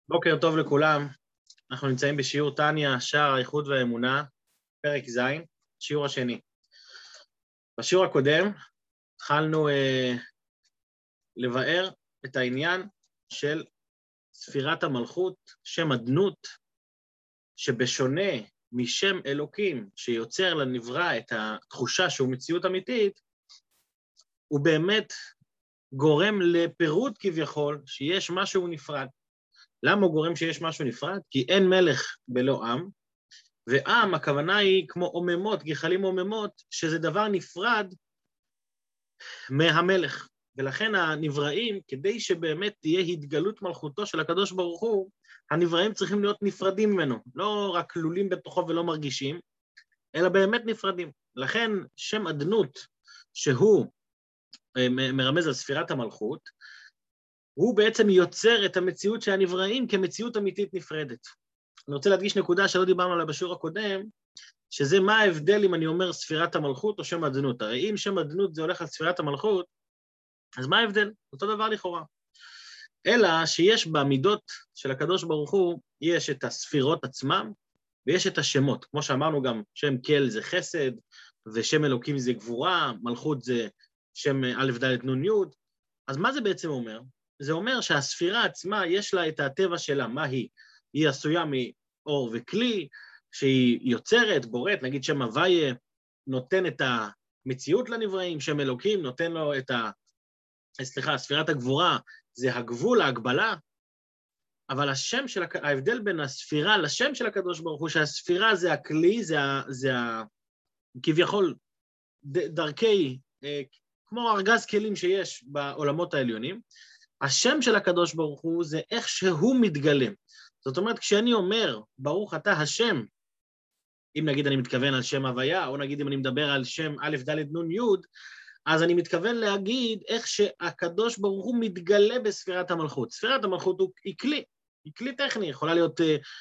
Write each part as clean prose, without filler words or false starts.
בוקר טוב לכולם, אנחנו נמצאים בשיעור טניה, שער האיחוד והאמונה, פרק ז', שיעור השני. בשיעור הקודם התחלנו לבאר את העניין של ספירת המלכות, שם אדנות, שבשונה משם אלוקים שיוצר לנברא את התחושה שהוא מציאות אמיתית, הוא באמת גורם לפירוט כביכול שיש משהו נפרד. למה הוא גורם שיש משהו נפרד? כי אין מלך בלא עם, ועם הכוונה היא כמו אוממות, גחלים אוממות, שזה דבר נפרד מהמלך. ולכן הנבראים, כדי שבאמת תהיה התגלות מלכותו של הקדוש ברוך הוא, הנבראים צריכים להיות נפרדים ממנו, לא רק כלולים בתוכו ולא מרגישים, אלא באמת נפרדים. לכן שם אדנות, שהוא מרמז על ספירת המלכות, הוא בעצם יוצר את המציאות של הנבראים כמציאות אמיתית נפרדת. אני רוצה להדגיש נקודה שלא דיברנו עליה בשיעור הקודם, שזה מה ההבדל אם אני אומר ספירת המלכות או שם אדנות. הרי אם שם אדנות זה הולך על ספירת המלכות, אז מה ההבדל? אותו דבר לכאורה. אלא שיש במידות של הקדוש ברוך הוא, יש את הספירות עצמם, ויש את השמות. כמו שאמרנו גם, שם כל זה חסד, ושם אלוקים זה גבורה, מלכות זה שם א' ד' נ' י'. אז מה זה בעצם אומר? זה אומר שהספירה עצמה יש לה את הטבע שלה, מה היא? היא עשויה מאור וכלי, שהיא יוצרת, בוראת, נגיד שם הוויה, נותן את המציאות לנבראים, שם אלוקים נותן לו את ספירת הגבורה, זה הגבול, ההגבלה, אבל ההבדל בין הספירה לשם של הקדוש ברוך הוא, שהספירה זה הכלי, זה כביכול דרכי, כמו ארגז כלים שיש בעולמות העליונים, השם של הקדוש ברוך הוא זה איך שהוא מתגלם. זאת אומרת, כשאני אומר, ברוך אתה השם, אם נגיד אני מתכוון על שם הוויה, או נגיד אם אני מדבר על שם א' ד' נ' י', אז אני מתכוון להגיד איך שהקדוש ברוך הוא מתגלה בספירת המלכות. ספירת המלכות היא כלי טכני, יכולה להיות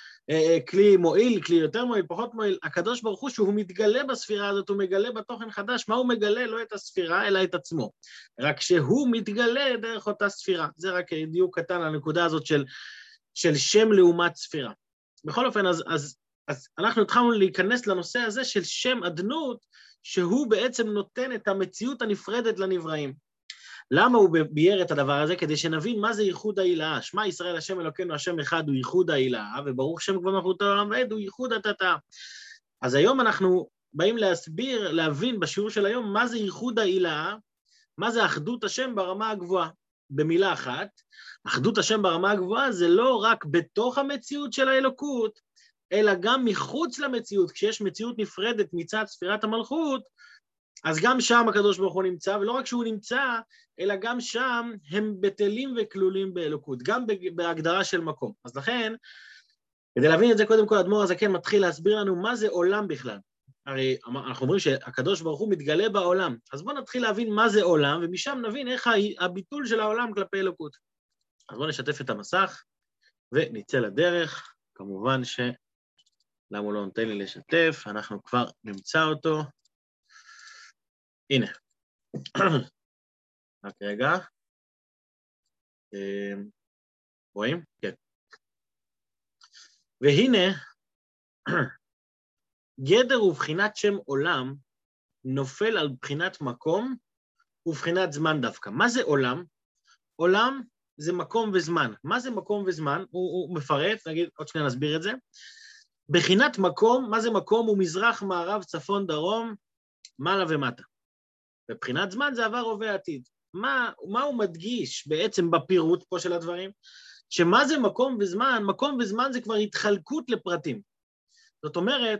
כלי מועיל, כלי יותר מועיל, פחות מועיל. הקדוש ברוך הוא שהוא מתגלה בספירה הזאת, הוא מגלה בתוכן חדש, מה הוא מגלה? לא את הספירה, אלא את עצמו. רק שהוא מתגלה דרך אותה ספירה. זה רק דיוק קטן על הנקודה הזאת של שם לעומת ספירה. בכל אופן, אז אנחנו התחלנו להיכנס לנושא הזה של שם אדנות, שהוא בעצם נותן את המציאות הנפרדת לנבראים. למה הוא ביאר את הדבר הזה? כדי שנבין מה זה ייחוד ההילאה. שמע ישראל השם אלוקינו השם אחד הוא ייחוד ההילאה, וברוך שם כבוד מלכותו לעולם ועד הוא ייחוד התתה. אז היום אנחנו באים להבין בשיעור של היום מה זה ייחוד ההילאה, מה זה אחדות השם ברמה הגבוהה. במילה אחת, אחדות השם ברמה הגבוהה זה לא רק בתוך המציאות של האלוקות, אלא גם מחוץ למציאות. כשיש מציאות נפרדת מצד ספירת המלכות, אז גם שם הקדוש ברוך הוא נמצא, ולא רק שהוא נמצא, אלא גם שם הם בטלים וכלולים באלוקות, גם בהגדרה של מקום. אז לכן, כדי להבין את זה, קודם כל, אדמו"ר הזקן מתחיל להסביר לנו מה זה עולם בכלל. הרי אנחנו אומרים שהקדוש ברוך הוא מתגלה בעולם, אז בואו נתחיל להבין מה זה עולם, ומשם נבין איך הביטול של העולם כלפי אלוקות. אז בואו נשתף את המסך, ונצא לדרך. כמובן למה הוא לא נותן לי לשתף, אנחנו כבר נמצא אותו. הנה. רק רגע. רואים? כן. והנה, גדר ובחינת שם עולם נופל על בחינת מקום ובחינת זמן דווקא. מה זה עולם? עולם זה מקום וזמן. מה זה מקום וזמן? הוא מפרט, נגיד, עוד שניה נסביר את זה. בחינת מקום, מה זה מקום? הוא מזרח, מערב, צפון, דרום, מעלה ומטה. בבחינת זמן זה עבר, הווה, עתיד. מה הוא מדגיש בעצם בפירוט פה של הדברים? שמה זה מקום וזמן? מקום וזמן זה כבר התחלקות לפרטים. זאת אומרת,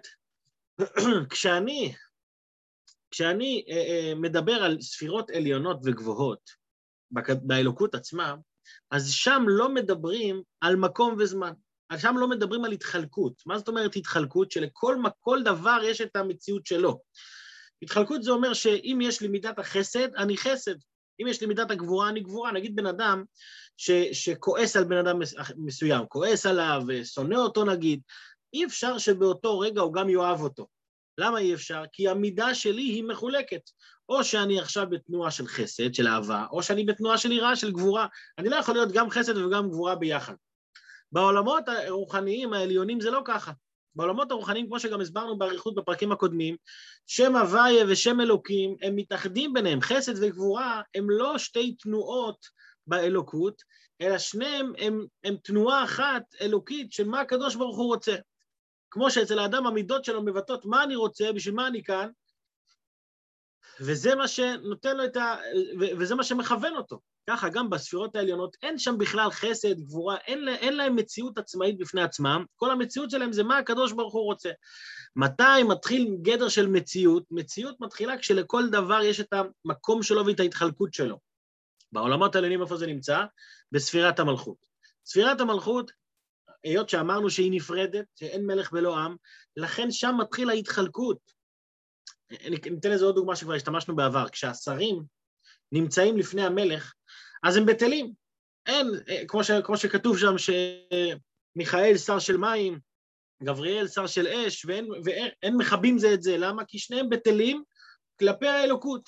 כשאני מדבר על ספירות עליונות וגבוהות באלוקות עצמה, אז שם לא מדברים על מקום וזמן. שם לא מדברים על התחלקות. מה זאת אומרת התחלקות? שלכל דבר יש את המציאות שלו. התחלקות זה אומר שאם יש לי מידת החסד, אני חסד. אם יש לי מידת הגבורה, אני גבורה. נגיד בן אדם שכועס על בן אדם מסוים, כועס עליו ושונא אותו נגיד, אי אפשר שבאותו רגע הוא גם יאהב אותו. למה אי אפשר? כי המידה שלי היא מחולקת. או שאני עכשיו בתנועה של חסד, של אהבה, או שאני בתנועה של יראה, של גבורה. אני לא יכול להיות גם חסד וגם גבורה ביחד. בעולמות הרוחניים העליונים זה לא ככה. בעולמות הרוחניים, כמו שגם הסברנו באריכות בפרקים הקודמים, שם הוויה ושם אלוקים, הם מתאחדים ביניהם, חסד וגבורה, הם לא שתי תנועות באלוקות, אלא שניהם הם תנועה אחת אלוקית של מה הקדוש ברוך הוא רוצה. כמו שאצל האדם המידות שלו מבטאות מה אני רוצה, בשביל מה אני כאן, וזה מה שנותן לו וזה מה שמכוון אותו. ככה גם בספירות העליונות אין שם בכלל חסד, גבורה, אין להם מציאות עצמאית בפני עצמם, כל המציאות שלהם זה מה הקדוש ברוך הוא רוצה. מתי מתחיל גדר של מציאות? מציאות מתחילה כשלכל דבר יש את המקום שלו ואת ההתחלקות שלו. בעולמות העליונים איפה זה נמצא? בספירת המלכות. ספירת המלכות, היות שאמרנו שהיא נפרדת, שאין מלך בלא עם, לכן שם מתחיל ההתחלקות. ניתן לזה עוד דוגמה שכבר השתמשנו בעבר, כשהשרים נמצאים לפני המלך, אז הם בטלים. אין, כמו שכתוב שם, שמיכאל שר של מים, גבריאל שר של אש, ואין מחבים זה את זה. למה? כי שניהם בטלים כלפי האלוקות.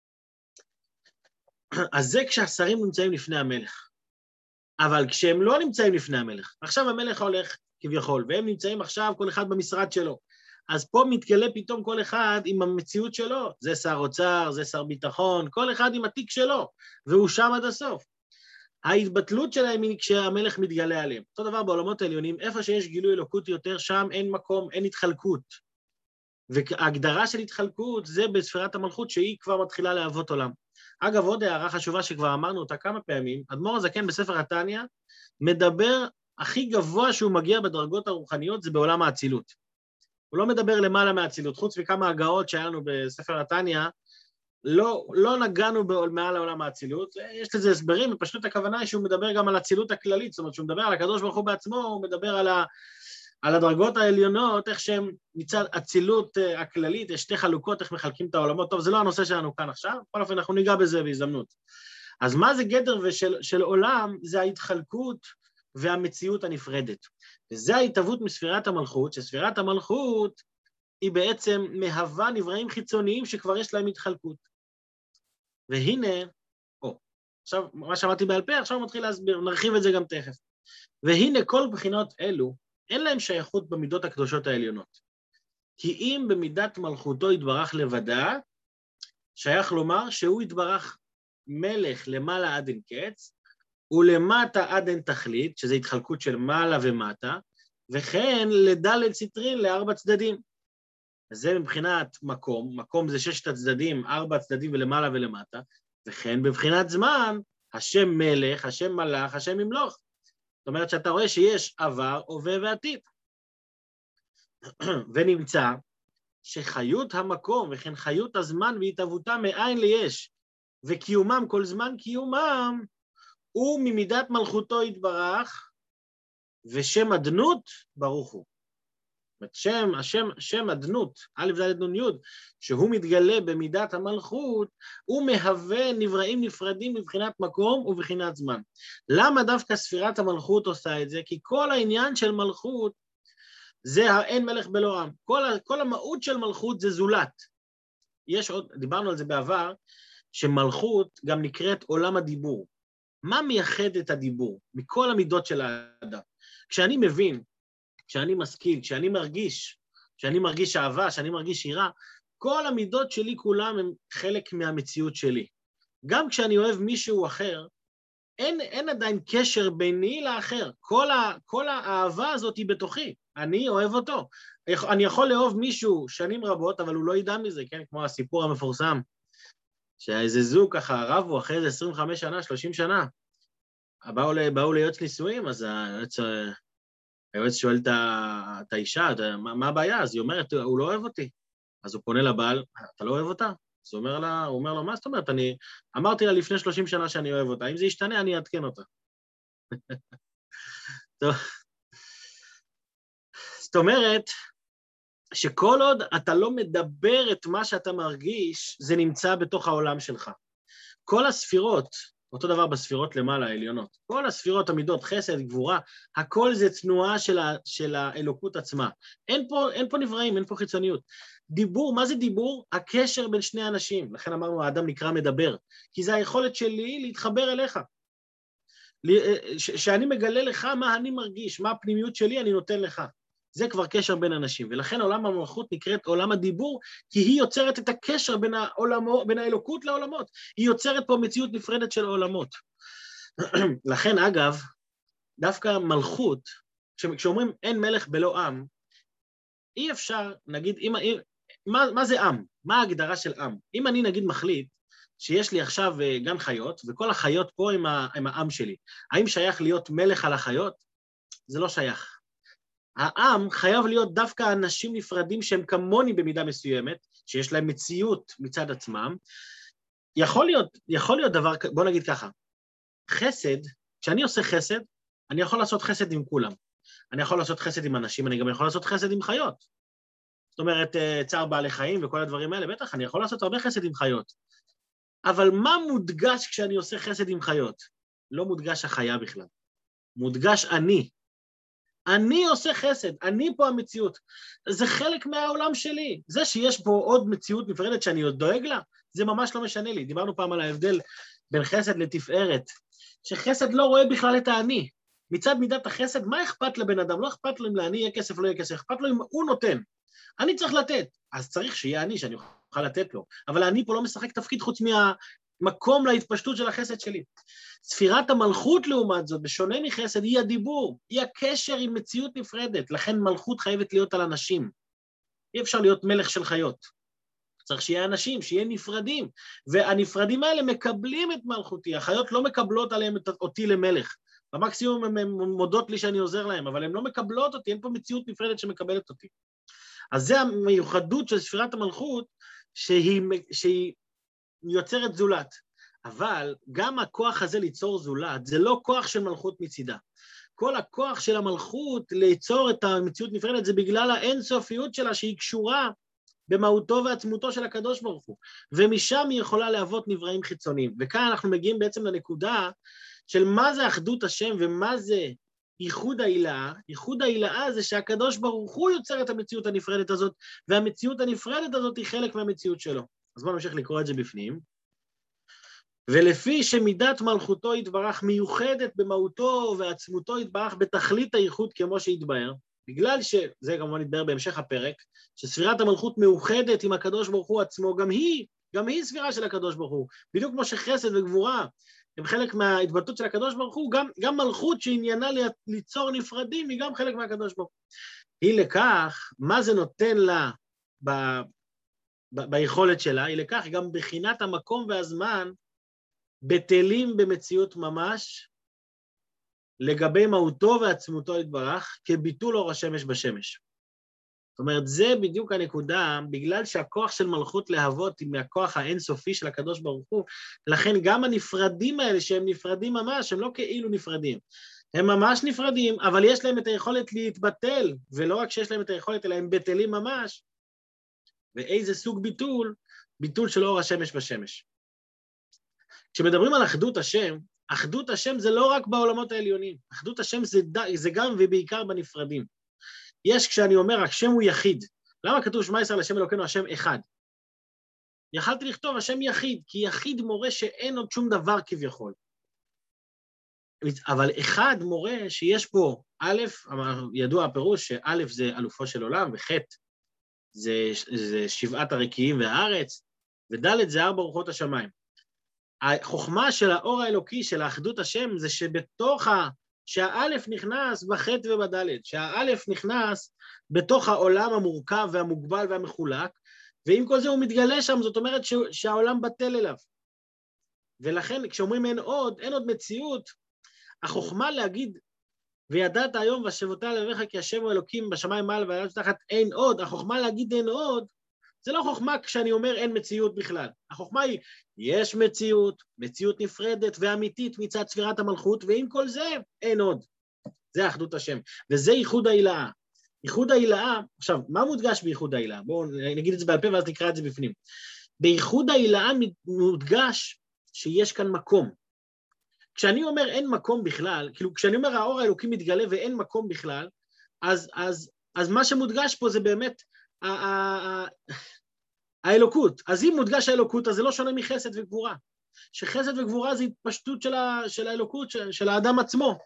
אז זה כשהשרים נמצאים לפני המלך. אבל כשהם לא נמצאים לפני המלך, עכשיו המלך הולך כביכול, והם נמצאים עכשיו כל אחד במשרד שלו, אז פה מתגלה פתאום כל אחד עם המציאות שלו, זה שר אוצר, זה שר ביטחון, כל אחד עם התיק שלו, והוא שם עד הסוף. ההתבטלות שלהם היא כשהמלך מתגלה עליהם. אותו דבר בעולמות העליונים, איפה שיש גילוי אלוקות יותר, שם אין מקום, אין התחלקות. וההגדרה של התחלקות זה בספירת המלכות, שהיא כבר מתחילה להוות עולם. אגב, עוד הערה חשובה שכבר אמרנו אותה כמה פעמים, אדמו"ר הזקן בספר התניא מדבר הכי גבוה שהוא מגיע בדרגות הרוחניות, זה בעולם האצילות. הוא לא מדבר למעלה מהאצילות, חוץ מכמה הגאות שהיה לנו בספר התניא, לא נגענו מעל העולם האצילות, יש לזה הסברים, ופשוט הכוונה היא שהוא מדבר גם על האצילות הכללית, זאת אומרת שהוא מדבר על הקדוש ברוך הוא בעצמו, הוא מדבר על הדרגות העליונות, איך שהם מצד אצילות הכללית, יש שתי חלוקות, איך מחלקים את העולמות, טוב, זה לא הנושא שלנו כאן עכשיו, בכל אופן אנחנו ניגע בזה בהזדמנות. אז מה זה גדר של עולם? זה ההתחלקות והמציאות הנפרדת. וזה ההתהוות מספירת המלכות, שספירת המלכות היא בעצם מהווה נבראים חיצוניים שכבר יש להם התחלקות. והנה, עכשיו מה שאמרתי בעל פה, עכשיו מתחיל להסביר, נרחיב את זה גם תכף. והנה כל בחינות אלו, אין להם שייכות במידות הקדושות העליונות. כי אם במידת מלכותו יתברך לבדה, שייך לומר שהוא יתברך מלך למעלה עד אין קץ, ולמטה עד אין תכלית, שזה התחלקות של מעלה ומטה, וכן לדלת ציטרין לארבע צדדים. אז זה מבחינת מקום, מקום זה 6 הצדדים, 4 צדדים ולמעלה ולמטה, וכן בבחינת זמן, השם מלך, השם מלך, השם ימלוך. זאת אומרת שאתה רואה שיש עבר, הווה ועתיד. ונמצא שחיות המקום וכן חיות הזמן והתהוותם מאין ליש, וקיומם כל זמן קיומם, הוא ממידת מלכותו יתברך, ושם אדנות ברוך הוא. שם אדנות, א' ד' נ' י', שהוא מתגלה במידת המלכות, הוא מהווה נבראים נפרדים מבחינת מקום ובחינת זמן. למה דווקא ספירת המלכות עושה את זה? כי כל העניין של מלכות זה אין מלך בלא עם. כל המהות של מלכות זה זולת. יש עוד, דיברנו על זה בעבר, שמלכות גם נקראת עולם הדיבור. מה מייחד את הדיבור? מכל המידות של האדם. כשאני מבין, כשאני משכיל, כשאני מרגיש אהבה, כשאני מרגיש יראה, כל המידות שלי כולם הם חלק מהמציאות שלי. גם כשאני אוהב מישהו אחר, אין עדיין קשר ביני לאחר. כל האהבה הזאת היא בתוכי, אני אוהב אותו. אני יכול לאהוב מישהו שנים רבות, אבל הוא לא ידע מזה, כן? כמו הסיפור המפורסם, שאיזה זוג ככה רבו אחרי איזה 25 שנה, 30 שנה, באו ליועץ נישואים, אז היועץ שואל את האישה, מה הבעיה? אז היא אומרת, הוא לא אוהב אותי. אז הוא פונה לבעל, אתה לא אוהב אותה? אז הוא אומר לו, מה זאת אומרת? אני אמרתי לה לפני 30 שנה שאני אוהב אותה, אם זה ישתנה, אני אעדכן אותה. טוב. זאת אומרת, שכל עוד אתה לא מדבר את מה שאתה מרגיש, זה נמצא בתוך העולם שלך. כל הספירות, אותו דבר בספירות למעלה, העליונות, כל הספירות, המידות, חסד, גבורה, הכל זה תנועה של האלוקות עצמה. אין פה נבראים, אין פה חיצוניות. דיבור, מה זה דיבור? הקשר בין שני אנשים. לכן אמרנו, האדם נקרא מדבר, כי זה היכולת שלי להתחבר אליך. שאני מגלה לך מה אני מרגיש, מה הפנימיות שלי אני נותן לך. זה כבר קשר בין אנשים, ולכן עולם המלכות נקראת עולם הדיבור, כי היא יוצרת את הקשר בין האלוקות לעולמות. היא יוצרת פה מציאות נפרדת של העולמות. לכן, אגב, דווקא מלכות, כשאומרים אין מלך בלא עם, אי אפשר, נגיד, מה זה עם? מה ההגדרה של עם? אם אני נגיד מחליט שיש לי עכשיו גן חיות, וכל החיות פה עם העם שלי, האם שייך להיות מלך על החיות? זה לא שייך. העם חייב להיות דווקא אנשים נפרדים שהם כמוני במידה מסוימת, שיש להם מציאות מצד עצמם. יכול להיות דבר, בוא נגיד ככה, חסד, כשאני עושה חסד, אני יכול לעשות חסד עם כולם. אני יכול לעשות חסד עם אנשים, אני גם יכול לעשות חסד עם חיות. זאת אומרת, צער בעלי חיים וכל הדברים האלה, בטח, אני יכול לעשות הרבה חסד עם חיות. אבל מה מודגש כשאני עושה חסד עם חיות? לא מודגש החיה בכלל. מודגש אני. אני עושה חסד, אני פה המציאות. זה חלק מהעולם שלי. זה שיש פה עוד מציאות נפרדת שאני עוד דואג לה, זה ממש לא משנה לי. דיברנו פעם על ההבדל בין חסד לתפארת, שחסד לא רואה בכלל את האני. מצד מידת החסד, מה אכפת לבן אדם? לא אכפת לו אם לאני יהיה כסף, לא יהיה כסף, אכפת לו אם הוא נותן. אני צריך לתת, אז צריך שיהיה אני, שאני אוכל לתת לו. אבל אני פה לא משחק תפקיד חוץ מהמקום להתפשטות של החסד שלי. ספירת המלכות לעומת זאת, בשונה מחסד, היא הדיבור, היא הקשר עם מציאות נפרדת, לכן מלכות חייבת להיות על אנשים. אי אפשר להיות מלך של חיות. צריך שיהיה אנשים, שיהיה נפרדים, והנפרדים האלה מקבלים את מלכותי, החיות לא מקבלות עליהם אותי למלך. במקסימום הן מודות לי שאני עוזר להם, אבל הן לא מקבלות אותי, אין פה מציאות נפרדת שמקבלת אותי. אז זה המיוחדות של ספירת המלכות, שהיא יוצרת זולת. אבל גם הכוח הזה ליצור זולת, זה לא כוח של מלכות מצידה. כל הכוח של המלכות ליצור את המציאות נפרדת, זה בגלל האינסופיות שלה, שהיא קשורה במהותו ועצמותו של הקדוש ברוך הוא. ומשם היא יכולה להוות נבראים חיצוניים. וכאן אנחנו מגיעים בעצם לנקודה של מה זה אחדות השם ומה זה ייחוד העילאה. ייחוד העילאה זה שהקדוש ברוך הוא יוצר את המציאות הנפרדת הזאת, והמציאות הנפרדת הזאת היא חלק מהמציאות שלו. אז בואו נמשיך לקרוא את זה בפנים. ולפי שמידת מלכותו יתברך מיוחדת במהותו ועצמותו יתברך בתכלית הייחוד כמו שהתבהר, בגלל שזה כמובן יתבהר בהמשך הפרק, שספירת המלכות מאוחדת עם הקדוש ברוך הוא עצמו, גם היא ספירה של הקדוש ברוך הוא, בדיוק כמו שחסד וגבורה הם חלק מההתבטאות של הקדוש ברוך הוא, גם מלכות שעניינה ליצור נפרדים היא גם חלק מהקדוש ברוך הוא. היא לכך, מה זה נותן לה ביכולת שלה, היא לכך גם בחינת המקום והזמן בטלים במציאות ממש, לגבי מהותו ועצמותו יתברך, כביטול אור השמש בשמש. זאת אומרת, זה בדיוק הנקודה, בגלל שהכוח של מלכות להוות היא מהכוח האינסופי של הקדוש ברוך הוא, לכן גם הנפרדים האלה שהם נפרדים ממש, הם לא כאילו נפרדים. הם ממש נפרדים, אבל יש להם את היכולת להתבטל, ולא רק שיש להם את היכולת, אלא הם בטלים ממש. ואיזה סוג ביטול? ביטול של אור השמש בשמש. כשמדברים על אחדות השם זה לא רק בעולמות העליונים, אחדות השם זה גם ובעיקר בנפרדים. יש כשאני אומר, השם הוא יחיד. למה כתוב שמע ישראל השם אלוקינו השם אחד? יכלתי לכתוב השם יחיד, כי יחיד מורה שאין עוד שום דבר כביכול. אבל אחד מורה שיש פה א', ידוע הפירוש שא' זה אלופו של עולם, וח' זה שבעת הרקיעים והארץ, וד' זה ארבע רוחות השמיים. החוכמה של האור האלוקי, של האחדות השם, זה שהאלף נכנס בחטא ובדלת, שהאלף נכנס בתוך העולם המורכב והמוגבל והמחולק, ועם כל זה הוא מתגלה שם, זאת אומרת שהעולם בטל אליו. ולכן כשאומרים אין עוד מציאות, החוכמה להגיד, וידעת היום ושבותה לבך כי השם הוא אלוקים בשמיים מעל ועל תחת אין עוד, החוכמה להגיד אין עוד, זה לא חוכמה כשאני אומר אין מציאות בכלל. החוכמה היא, יש מציאות נפרדת ואמיתית מצד ספירת המלכות, ועם כל זה אין עוד. זה אחדות השם, וזה ייחוד העילאה. ייחוד העילאה, עכשיו, מה מודגש בייחוד העילאה? בואו נגיד את זה בעל פה ואז נקרא את זה בפנים. בייחוד העילאה מודגש שיש כאן מקום. כשאני אומר אין מקום בכלל, כאילו כשאני אומר האור האלוקי מתגלה ואין מקום בכלל, אז מה שמודגש פה זה באמת האלוקות. אז אם מודגש האלוקות, אז זה לא שונה מחסד וגבורה. שחסד וגבורה זה התפשטות של האלוקות, של האדם עצמו.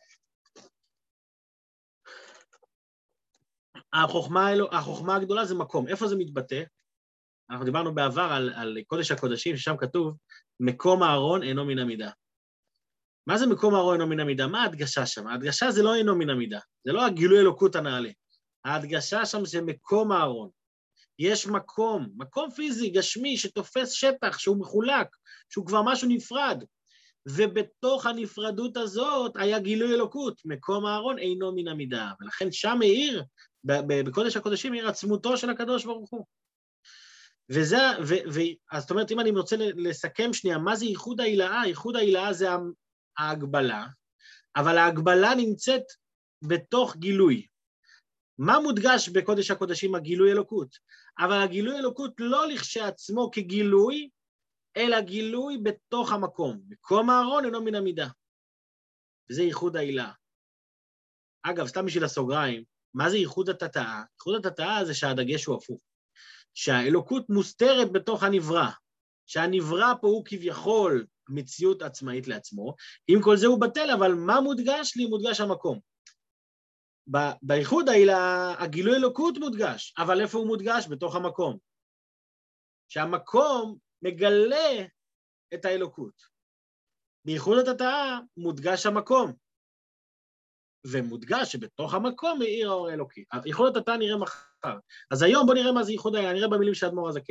החוכמה הגדולה זה מקום. איפה זה מתבטא? אנחנו דיברנו בעבר על קודש הקודשים, ששם כתוב, מקום הארון אינו מן המידה. מה זה מקום הארון אינו מן המידה? מה ההדגשה שם? ההדגשה זה לא אינו מן המידה, זה לא הגילוי אלוקות הנעלה. ההדגשה שם זה מקום הארון. יש מקום פיזי, גשמי, שתופס שטח, שהוא מחולק, שהוא כבר משהו נפרד, ובתוך הנפרדות הזאת היה גילוי אלוקות, מקום הארון אינו מן המידה, ולכן שם מאיר, בקודש הקודשים, מאיר עצמותו של הקדוש ברוך הוא. אז זאת אומרת, אם אני רוצה לסכם שנייה, מה זה ייחוד ההילאה? ייחוד ההילאה זה ההגבלה, אבל ההגבלה נמצאת בתוך גילוי. מה מודגש בקודש הקודשים? הגילוי אלוקות. אבל הגילוי אלוקות לא לכשעצמו כגילוי, אלא גילוי בתוך המקום. מקום הארון אינו מן המידה. וזה ייחוד ההילאה. אגב, סתם בשביל הסוגריים, מה זה ייחוד התתאה? ייחוד התתאה זה שהדגש הוא הפוך. שהאלוקות מוסתרת בתוך הנברא. שהנברא פה הוא כביכול מציאות עצמאית לעצמו. עם כל זה הוא בטל, אבל מה מודגש לי? מודגש המקום. בייחוד ההילאה, הגילוי אלוקות מודגש, אבל איפה הוא מודגש? בתוך המקום. שהמקום מגלה את האלוקות. בייחוד התתאה מודגש המקום, ומודגש שבתוך המקום מאיר האור האלוקי. ייחוד התתאה נראה מחר. אז היום בוא נראה מה זה ייחוד ההילאה, נראה במילים של אדמו"ר הזקן.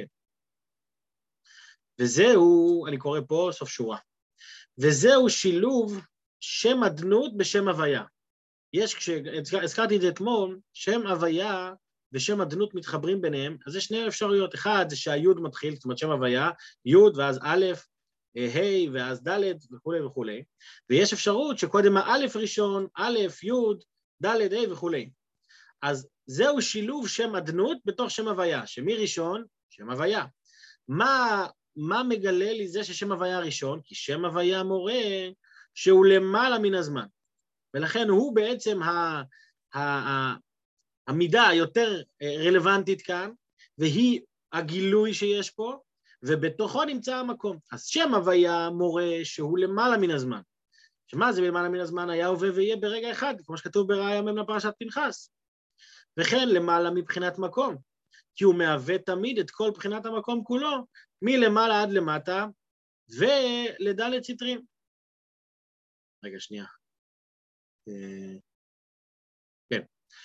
וזהו, אני קורא פה סוף שורה, וזהו שילוב שם אדנות בשם הוויה. הזכרתי את זה אתמול, שם הוויה ושם אדנות מתחברים ביניהם, אז יש שני אפשרויות. אחד זה שהיוד מתחיל, זאת אומרת שם הוויה, יוד ואז א', ה' ואז ד' וכו' וכו'. ויש אפשרות שקודם האלף ראשון, א', יוד, ד', ה' וכו'. אז זהו שילוב שם אדנות בתוך שם הוויה, שמי ראשון? שם הוויה. מה מגלה לי זה ששם הוויה ראשון? כי שם הוויה מורה שהוא למעלה מן הזמן. ולכן הוא בעצם המידה היותר רלוונטית כאן, והיא הגילוי שיש פה, ובתוכו נמצא המקום. אז שם הוויה מורה שהוא למעלה מן הזמן. שמה זה למעלה מן הזמן? היה הווה ויהיה ברגע אחד, כמו שכתוב בראיה מ' לפרשת פנחס. וכן למעלה מבחינת מקום, כי הוא מהווה תמיד את כל בחינת המקום כולו, מלמעלה עד למטה, ולדלת סתרים. רגע, שנייה. כן.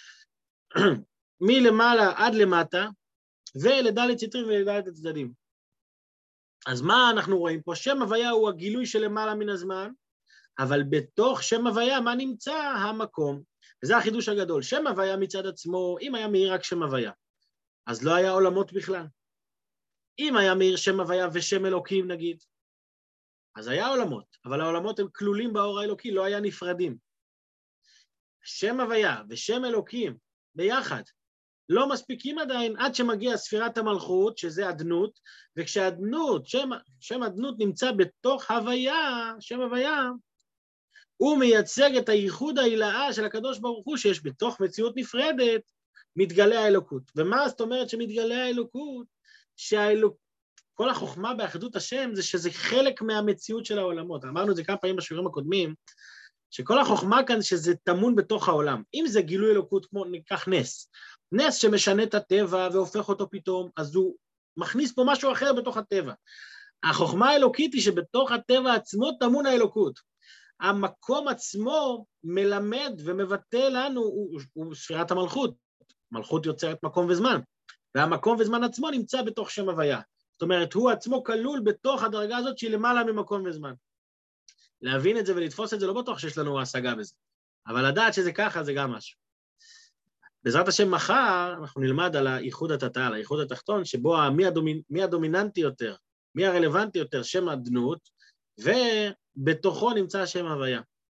מלמעלה עד למטה, ולדלת סתרים ולדלת הצדדים. אז מה אנחנו רואים פה? שם הוויה הוא הגילוי של למעלה מן הזמן, אבל בתוך שם הוויה, מה נמצא? המקום. וזה החידוש הגדול. שם הוויה מצד עצמו, אם היה מאיר רק שם הוויה, אז לא היה עולמות בכלל. אם היה מאיר שם הוויה ושם אלוקים נגיד, אז היה עולמות, אבל העולמות הם כלולים באור האלוקי, לא היה נפרדים. שם הוויה ושם אלוקים ביחד לא מספיקים עדיין עד שמגיע ספירת המלכות, שזה אדנות, וכשהאדנות, שם אדנות נמצא בתוך הוויה, שם הוויה, הוא מייצג את הייחוד ההילאה של הקדוש ברוך הוא, שיש בתוך מציאות נפרדת, מתגלה האלוקות. ומה זאת אומרת שמתגלה האלוקות? כל החוכמה באחדות השם זה שזה חלק מהמציאות של העולמות. אמרנו את זה כמה פעמים בשיעורים הקודמים, שכל החוכמה כאן שזה טמון בתוך העולם. אם זה גילוי אלוקות כמו ניקח נס, נס שמשנה את הטבע והופך אותו פתאום, אז הוא מכניס פה משהו אחר בתוך הטבע. החוכמה האלוקית היא שבתוך הטבע עצמו טמון האלוקות. המקום עצמו מלמד ומבטא לנו, הוא ספירת המלכות. מלכות יוצרת מקום וזמן, והמקום וזמן עצמו נמצא בתוך שם הוויה. זאת אומרת, הוא עצמו כלול בתוך הדרגה הזאת שהיא למעלה ממקום וזמן. להבין את זה ולתפוס את זה, לא בטוח שיש לנו השגה בזה. אבל לדעת שזה ככה, זה גם משהו. בעזרת השם מחר, אנחנו נלמד על הייחוד התתאה, על הייחוד התחתון, שבו מי הדומיננטי יותר, מי הרלוונטי יותר, שם אדנות, ובתוכו נמצא שם הוויה.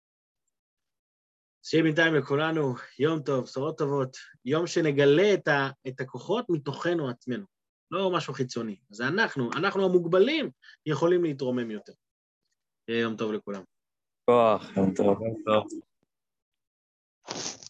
שיהיה בינתיים לכולנו יום טוב, בשורות טובות, יום שנגלה את הכוחות מתוכנו עצמנו, לא משהו חיצוני. אז אנחנו המוגבלים יכולים להתרומם יותר. יום טוב לכולם. כוח, יום טוב.